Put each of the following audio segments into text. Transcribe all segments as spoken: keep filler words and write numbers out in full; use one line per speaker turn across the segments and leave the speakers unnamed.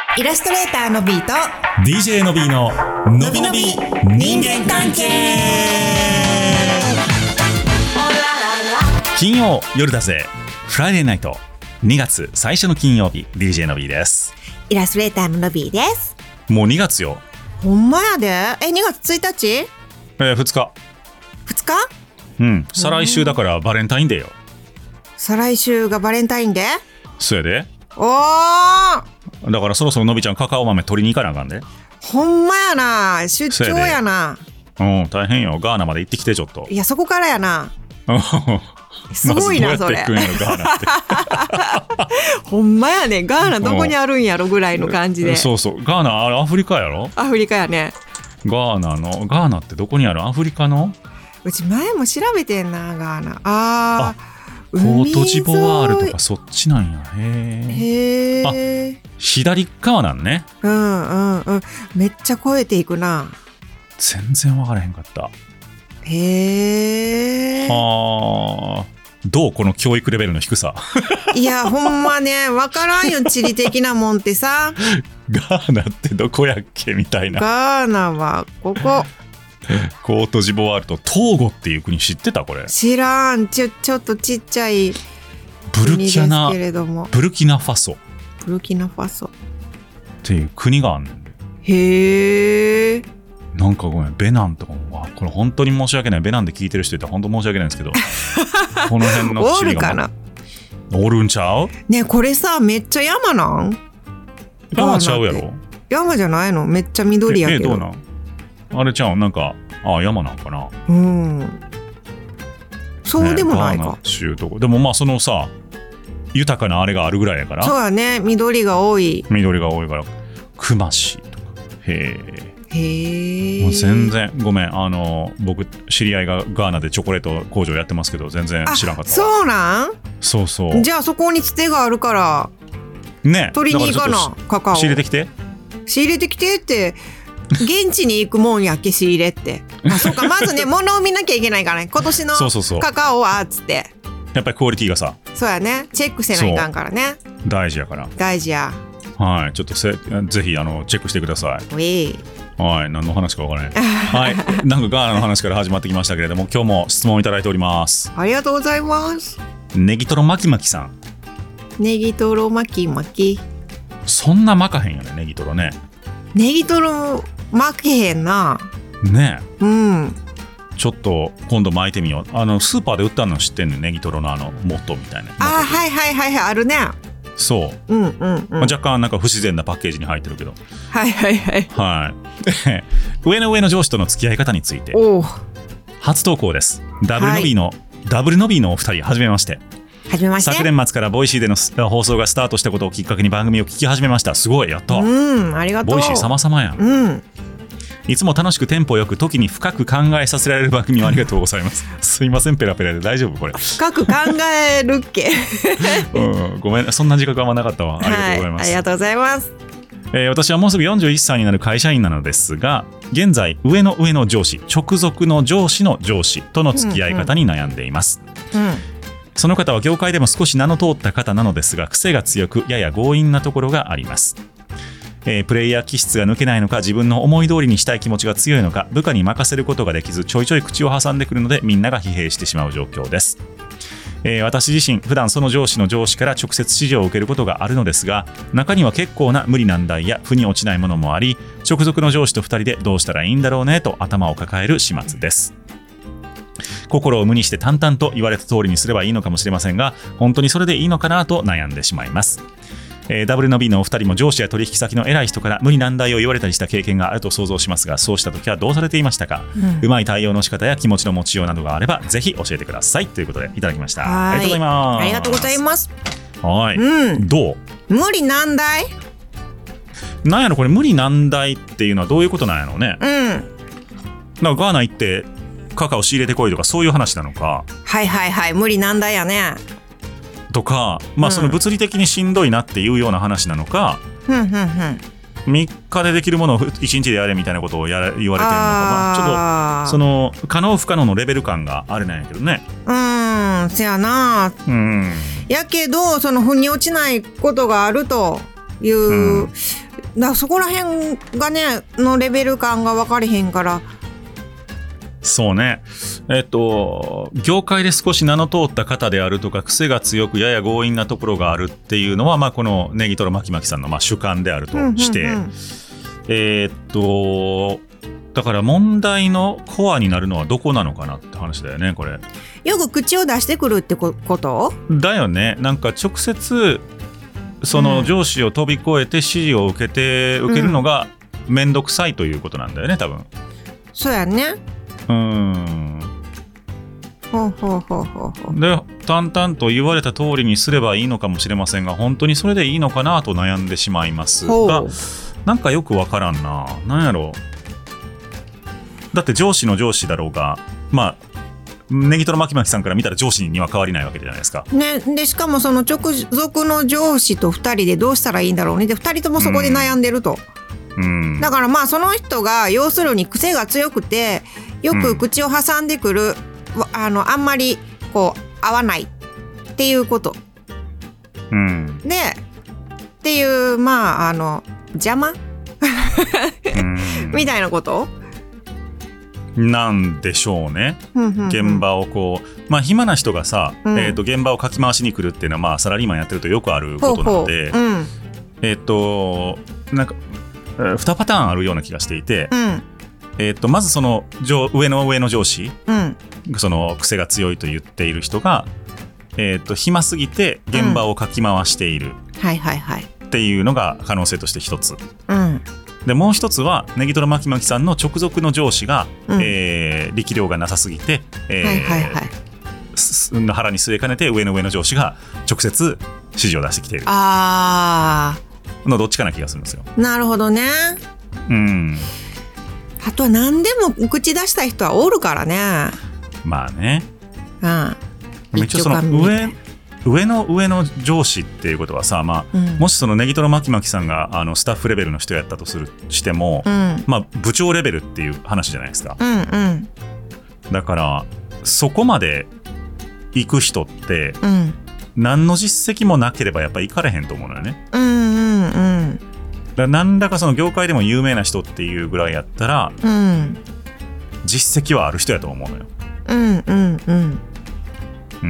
イラストレーターのビーと
ディージェー のビーののびのび人間関係。金曜夜だぜフライデーナイト、にがつ最初の金曜日、 ディージェー のビーです。
イラストレーターののびーです。
もうにがつよ。
ほんまやで。え、にがつついたち？
えー、ふつか。
ふつか？
うん、再来週だからバレンタインデーよ。
再来週がバレンタインデー？
そうやで。
おー、
だからそろそろのびちゃんカカオ豆取りに行かなあかんで。
ほんまやな、出張やな。
うん、大変よ。ガーナまで行ってきてちょっと。
いや、そこからやな。すごいな、それ。
まずどうやって行くんやろガーナって
ほんまやね。ガーナどこにあるんやろぐらいの感じで。
そうそう、ガーナあれアフリカやろ。
アフリカやね。
ガーナのガーナってどこにある？アフリカの？
うち前も調べてんな、ガーナ。あー、
コートジボワールとかそっちなんや。へ
へ
え。あ、左側なんね。
うんうんうん。めっちゃ超えていくな。
全然分からへんかった。
へえ。
はあ。どうこの教育レベルの低さ。
いやほんまね、分からんよ、地理的なもんってさ。
ガーナってどこやっけみたいな。
ガーナはここ。
コートジボワールとトーゴっていう国知ってた？これ
知らん。ちょ、ちょっとちっちゃい
ブルキナ
けれども、
ブルキナファソ
ブルキナファソ
っていう国があんねん。
へえ。
なんかごめん、ベナンとかも、これ本当に申し訳ない。ベナンで聞いてる人いたら本当申し訳ないんですけどこの辺の地理が、ま、おるかな。おるんちゃう
ね。これさ、めっちゃ山なん？
山ちゃうやろ。
山じゃないの？めっちゃ緑やけど。
え、えどうなん？あれちゃう、なんか、あ、山なんかな。
うん。そうでもないか。
ね、州とかでもまあそのさ、豊かなあれがあるぐらいやから。
そうやね、緑が多い。
緑が多いから。クマシとか。へえ。
へえ。
もう全然ごめん、あの僕知り合いがガーナでチョコレート工場やってますけど全然知らんかったわ。
そうなん？
そうそう。
じゃあそこにつてがあるからね、取りに行かな。カカオ
仕入れてきて。
仕入れてきてって。現地に行くもんやっけ、仕入れって。あ、そうか。まずね、物を見なきゃいけないからね。今年のカカオはっつって。
やっぱりクオリティがさ。
そうやね。チェックせないかんからね。
大事やから。
大事や。
はい。ちょっとせぜひあのチェックしてください。
ウィー。
はい。何の話か分からない。はい。なんかガーナの話から始まってきましたけれども、今日も質問いただいております。
ありがとうございます。
ネギトロマキマキさん。
ネギトロマキマキ。
そんな巻かへんよね、ネギトロね。
ネギトロ巻けへんな。
ね
え。うん。
ちょっと今度巻いてみよう。あのスーパーで売ったの知ってんの？ネギトロのあの元みたいな。
あ、はいはいはいはい、あるね。
そう。
うんうんうん。まあ、
若干なんか不自然なパッケージに入ってるけど。
はいはいはい。
はい。上の上の上司との付き合い方について。
お
初投稿です。ダブルノビーの、はい、ダブルノビーのお二人、はじめまして。
はじめまして。
昨年末からボイシーでの放送がスタートしたことをきっかけに番組を聞き始めました。すごい、やった。
うん、ありがとう。
ボイシー様々やん。
うん。
いつも楽しくテンポよく、時に深く考えさせられる番組をありがとうございます。すいません、ペラペラで大丈夫これ。
深く考えるっけ、
うん、ごめん、そんな自覚はあんまなかったわ。ありがとうございます。はい、
ありがとうございます。
えー、私はもうすぐよんじゅういっさいになる会社員なのですが、現在上の上の上司、直属の上司の上司との付き合い方に悩んでいます。うんうんうん、その方は業界でも少し名の通った方なのですが、癖が強くやや強引なところがあります。えー、プレイヤー気質が抜けないのか、自分の思い通りにしたい気持ちが強いのか、部下に任せることができず、ちょいちょい口を挟んでくるので、みんなが疲弊してしまう状況です。えー、私自身普段その上司の上司から直接指示を受けることがあるのですが、中には結構な無理難題や腑に落ちないものもあり、直属の上司とふたりでどうしたらいいんだろうねと頭を抱える始末です。心を無にして淡々と言われた通りにすればいいのかもしれませんが、本当にそれでいいのかなと悩んでしまいます。えー、ダブルの B のお二人も上司や取引先の偉い人から無理難題を言われたりした経験があると想像しますが、そうした時はどうされていましたか？うん、うまい対応の仕方や気持ちの持ちようなどがあればぜひ教えてくださいということでいただきました。ありがとうございます。
ありがとうございます。
はい、
うん、
どう？
無理難題？
なんやろこれ、無理難題っていうのはどういうことなんやろうね。
うん。
なんかガーナ行ってカカオ仕入れてこいとかそういう話なのか。
はいはいはい、無理難題やね。
とか、まあその物理的にしんどいなっていうような話なのか、
うんうんうん、
みっかでできるものをいちにちでやれみたいなことをやら言われてるのか、まあ、ちょっとその可能不可能のレベル感があれなんやけどね。
うーん、せやな。うん。やけどその腑に落ちないことがあるという、うん、 だからそこら辺がねのレベル感が分かれへんから。
そうね、えっと業界で少し名の通った方であるとか癖が強くやや強引なところがあるっていうのは、まあ、このネギトロマキマキさんのまあ主観であるとして、うんうんうん、えー、っとだから問題のコアになるのはどこなのかなって話だよねこれ。
よく口を出してくるってこと
だよね。なんか直接その上司を飛び越えて指示を受けて、うん、受けるのがめんどくさいということなんだよね多分。
そうやね。
うーん。
ほうほうほうほうほう。
で淡々と言われた通りにすればいいのかもしれませんが本当にそれでいいのかなと悩んでしまいますが、なんかよくわからんな。なんやろう。だって上司の上司だろうが、まあネギトロマキマキさんから見たら上司には変わりないわけじゃないですか。
ね、でしかもその直属の上司とふたりでどうしたらいいんだろうね。でふたりともそこで悩んでると。うん、だからまあその人が要するに癖が強くてよく口を挟んでくる、うん、あのあんまりこう合わないっていうこと、うん、でっていうまああの邪魔みたいなこと
なんでしょうね。現場をこうまあ暇な人がさ、うんえー、と現場をかき回しに来るっていうのはまあサラリーマンやってるとよくあることなので、ほうほう、うん、えっ、ー、となんかにパターンあるような気がしていて、うんえー、とまずその上上の上の上司、うん、その癖が強いと言っている人が、えー、と暇すぎて現場をかき回しているっていうのが可能性として一つ、うん、でもう一つはネギトロマキマキさんの直属の上司が、うんえー、力量がなさすぎて、えーはいはいはい、腹に据えかねて上の上の上司が直接指示を出してきているあのどっちかな気がするんですよ。
なるほどね。うん。あとは何でも口出したい人はおるからね。
まあね。うん。一応その上上の上の上司っていうことはさ、まあうん、もしそのネギトロマキマキさんがあのスタッフレベルの人やったとするしても、うん、まあ部長レベルっていう話じゃないですか。うんうん。だからそこまで行く人って、うん、何の実績もなければやっぱり行かれへんと思うのよね。うんうんうん。だから何らかその業界でも有名な人っていうぐらいやったら、うん、実績はある人やと思うのよ。うんうんうん。うん。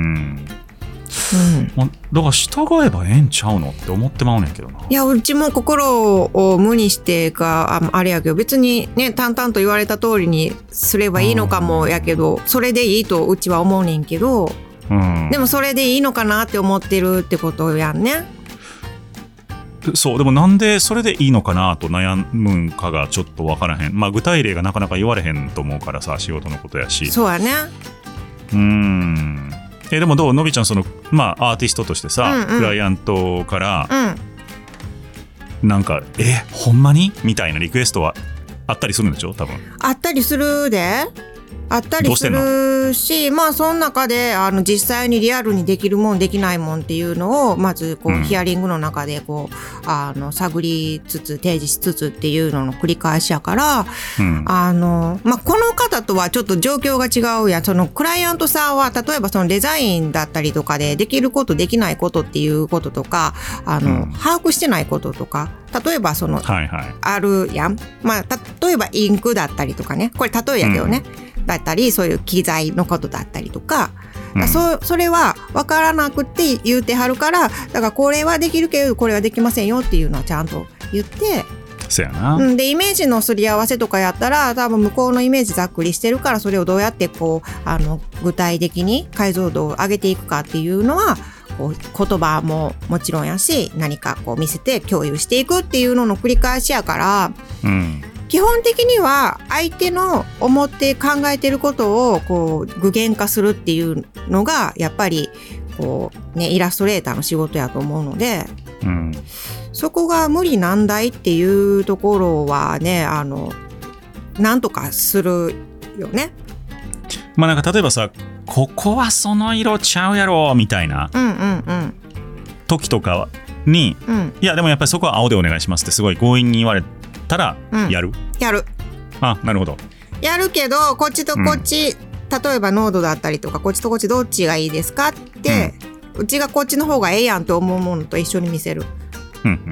うん、だから従えばええんちゃうのって思ってまうねんけどな。
いやうちも心を無にしてか あ, あれやけど別にね淡々と言われた通りにすればいいのかもやけどそれでいいとうちは思うねんけど、うん、でもそれでいいのかなって思ってるってことやんね。
そうでもなんでそれでいいのかなと悩むんかがちょっと分からへん。まあ具体例がなかなか言われへんと思うからさ仕事のことやし。
そうやね。
うーんえでもどうのびちゃんその、まあ、アーティストとしてさ、うんうん、クライアントから、うん、なんかえほんまにみたいなリクエストはあったりするんでしょ多分。
あったりするであったりするしまあその中であの実際にリアルにできるもんできないもんっていうのをまずこう、うん、ヒアリングの中でこうあの探りつつ提示しつつっていうのの繰り返しやから、うん、あのまあこの方とはちょっと状況が違うやん。そのクライアントさんは例えばそのデザインだったりとかでできることできないことっていうこととかあの、うん、把握してないこととか例えばその、はいはい、あるやん。まあ例えばインクだったりとかねこれ例えやけどね、うん、だったりそういう機材のことだったりとか、うん、そ, それは分からなくて言うてはるからだからこれはできるけどこれはできませんよっていうのはちゃんと言って
そうやな、
うん、でイメージのすり合わせとかやったら多分向こうのイメージざっくりしてるからそれをどうやってこうあの具体的に解像度を上げていくかっていうのはこう言葉ももちろんやし何かこう見せて共有していくっていうのの繰り返しやから、うん基本的には相手の思って考えてることをこう具現化するっていうのがやっぱりこう、ね、イラストレーターの仕事やと思うので、うん、そこが無理難題っていうところはねあのなんとかするよね。
まあなんか例えばさここはその色ちゃうやろみたいな時とかに、うんうんうん、いやでもやっぱりそこは青でお願いしますってすごい強引に言われてたらやる、うん、
やる
あなるほど
やるけどこっちとこっち、うん、例えば濃度だったりとかこっちとこっちどっちがいいですかって、うん、うちがこっちの方がええやんと思うものと一緒に見せる、うんうん、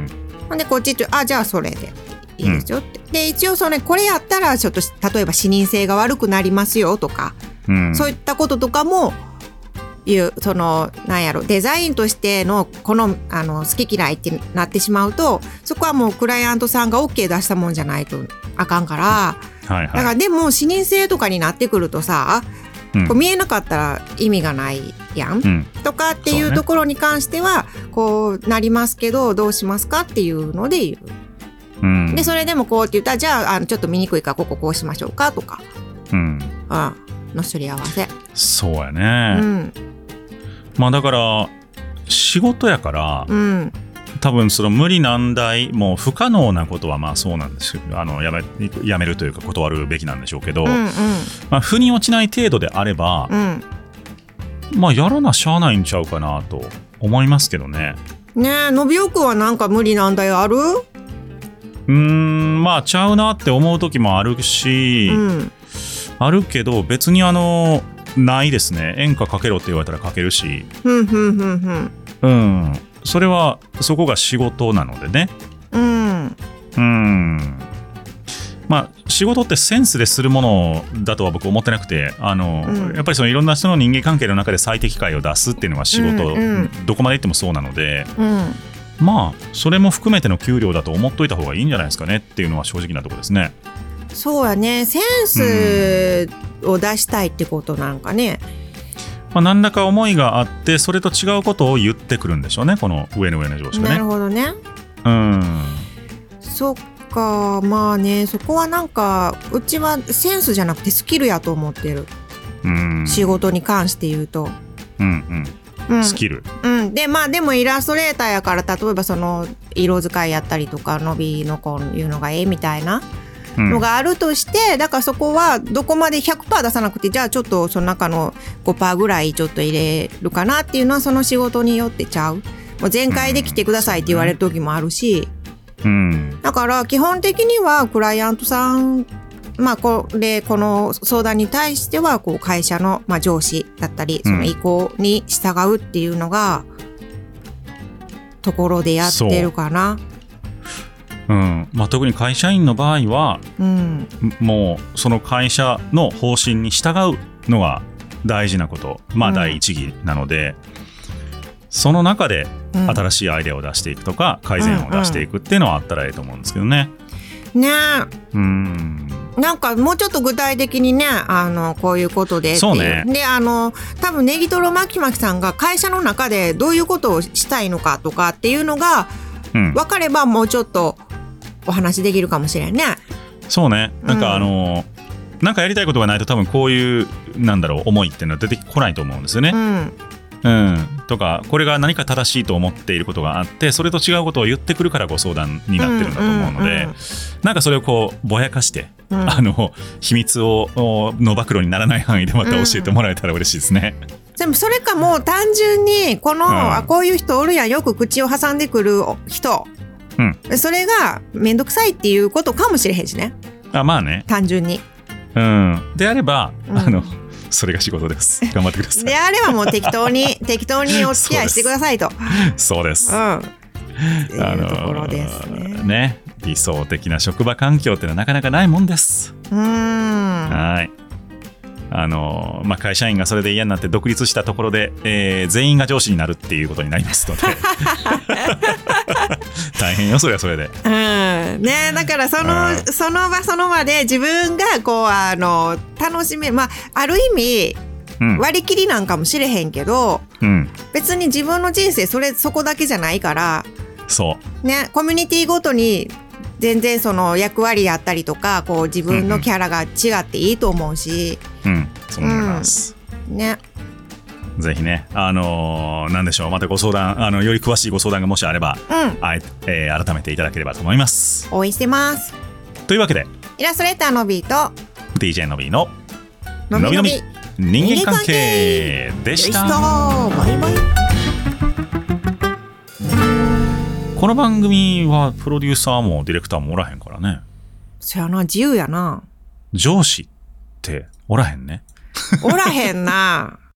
ほんでこっちってあじゃあそれでいいですよって、うん、で一応それこれやったらちょっと例えば視認性が悪くなりますよとか、うん、そういったこととかもいうそのなんやろデザインとしてのこのあの好き嫌いってなってしまうとそこはもうクライアントさんが OK 出したもんじゃないとあかんから、はいはい、だからでも視認性とかになってくるとさ、うん、こう見えなかったら意味がないやん、うん、とかっていうところに関してはこうなりますけどどうしますかっていうので言う、うん、でそれでもこうって言ったらじゃあ、あのちょっと見にくいからこここうしましょうかとか、うんうん、のすり合わせ
そうやね、うんまあだから仕事やから、うん、多分その無理難題もう不可能なことはまあそうなんですよ。あのやめ、やめるというか断るべきなんでしょうけど、うんうんまあ、腑に落ちない程度であれば、うん、まあやらなしゃあないんちゃうかなと思いますけどね。
ねえのびおくんはなんか無理難題ある？
うーんまあちゃうなって思う時もあるし、うん、あるけど別にあのないですね。演歌かけろって言われたらかけるし、ふんふんふんふん、うん、それはそこが仕事なのでね。うん、うん、まあ仕事ってセンスでするものだとは僕思ってなくて、あの、うん、やっぱりそのいろんな人の人間関係の中で最適解を出すっていうのが仕事、うんうん、どこまでいってもそうなので、うん、まあそれも含めての給料だと思っといた方がいいんじゃないですかねっていうのは正直なところですね。
そうやねセンスを出したいってことなんかね、
うんまあ、何らか思いがあってそれと違うことを言ってくるんでしょうねこの上の上の上司がね。
なるほどね。うんそっかまあねそこはなんかうちはセンスじゃなくてスキルやと思ってる。うん仕事に関して言うとうんうん、うん、スキル、うん、でまあでもイラストレーターやから例えばその色使いやったりとか伸びのこういうのがええみたいなのがあるとして、うん、だからそこはどこまで ひゃくパーセント 出さなくてじゃあちょっとその中の ごパーセント ぐらいちょっと入れるかなっていうのはその仕事によってちゃう。もう全開で来てくださいって言われる時もあるし、うん、だから基本的にはクライアントさんまあこれこの相談に対してはこう会社のまあ上司だったりその意向に従うっていうのがところでやってるかな。
うんまあ、特に会社員の場合は、うん、もうその会社の方針に従うのが大事なこと、まあ、第一義なので、うん、その中で新しいアイデアを出していくとか、うん、改善を出していくっていうのはあったらいいと思うんですけどね。
ねえうんなんかもうちょっと具体的にねあのこういうことでっていうそうねであの多分ネギトロマキマキさんが会社の中でどういうことをしたいのかとかっていうのが、うん、分かればもうちょっとお話できるかもしれんね。
そうねなんか、うん、あのなんかやりたいことがないと多分こういうなんだろう思いっていうのは出てこないと思うんですよね。うんうん、とかこれが何か正しいと思っていることがあってそれと違うことを言ってくるからご相談になってるんだと思うので、うんうんうん、なんかそれをこうぼやかして、うん、あの秘密をの暴露にならない範囲でまた教えてもらえたら嬉しいですね。うん
でもそれかもう単純にこの、うん、あこういう人おるやんよく口を挟んでくる人、うん、それがめんどくさいっていうことかもしれへんしね。
あまあね
単純に、
うん、であれば、うん、あのそれが仕事です頑張ってください。
であればもう適当に適当にお付き合いしてくださいと
そうです、うん、
っていうところですね。
ね理想的な職場環境ってのはなかなかないもんです。うーんはいあのまあ、会社員がそれで嫌になって独立したところで、えー、全員が上司になるっていうことになりますので大変よそれはそれで、
うんね、だからその、その場その場で自分がこうあの楽しめ、まあ、ある意味、うん、割り切りなんかもしれへんけど、うん、別に自分の人生それそこだけじゃないから
そう、ね、
コミュニティごとに全然その役割やったりとかこう自分のキャラが違っていいと思うし、うん、うん、
そう思います、
うん、ね
ぜひねあのー、なんでしょうまたご相談あのより詳しいご相談がもしあれば、うんあええー、改めていただければと思います。
応援してます。
というわけで
イラストレーターのビーと
ディージェー のビーののびのび人間関係でした。バイバイ。この番組はプロデューサーもディレクターもおらへんからね。
そやな自由やな。
上司っておらへんね。
おらへんな。